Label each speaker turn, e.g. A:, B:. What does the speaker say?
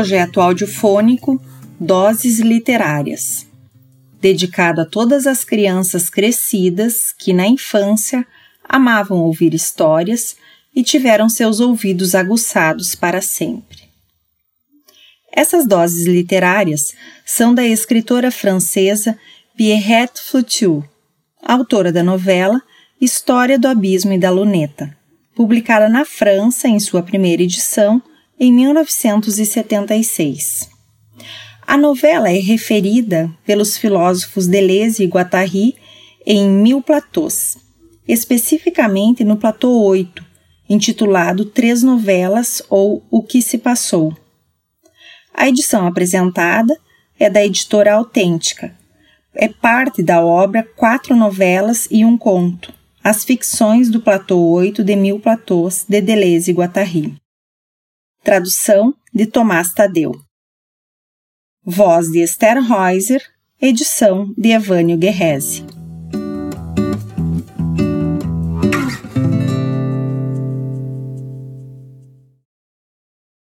A: projeto audiofônico Doses Literárias, dedicado a todas as crianças crescidas que, na infância, amavam ouvir histórias e tiveram seus ouvidos aguçados para sempre. Essas doses literárias são da escritora francesa Pierrette Flutu, autora da novela História do Abismo e da Luneta, publicada na França em sua primeira edição em 1976. A novela é referida pelos filósofos Deleuze e Guattari em 1000 platôs, especificamente no platô 8, intitulado Três Novelas ou O que se passou. A edição apresentada é da editora Autêntica. É parte da obra 4 novelas e um conto, As Ficções do Platô 8 de 1000 platôs, de Deleuze e Guattari. Tradução de Tomás Tadeu. Voz de Esther Reuser, edição de Evânio Guerrese.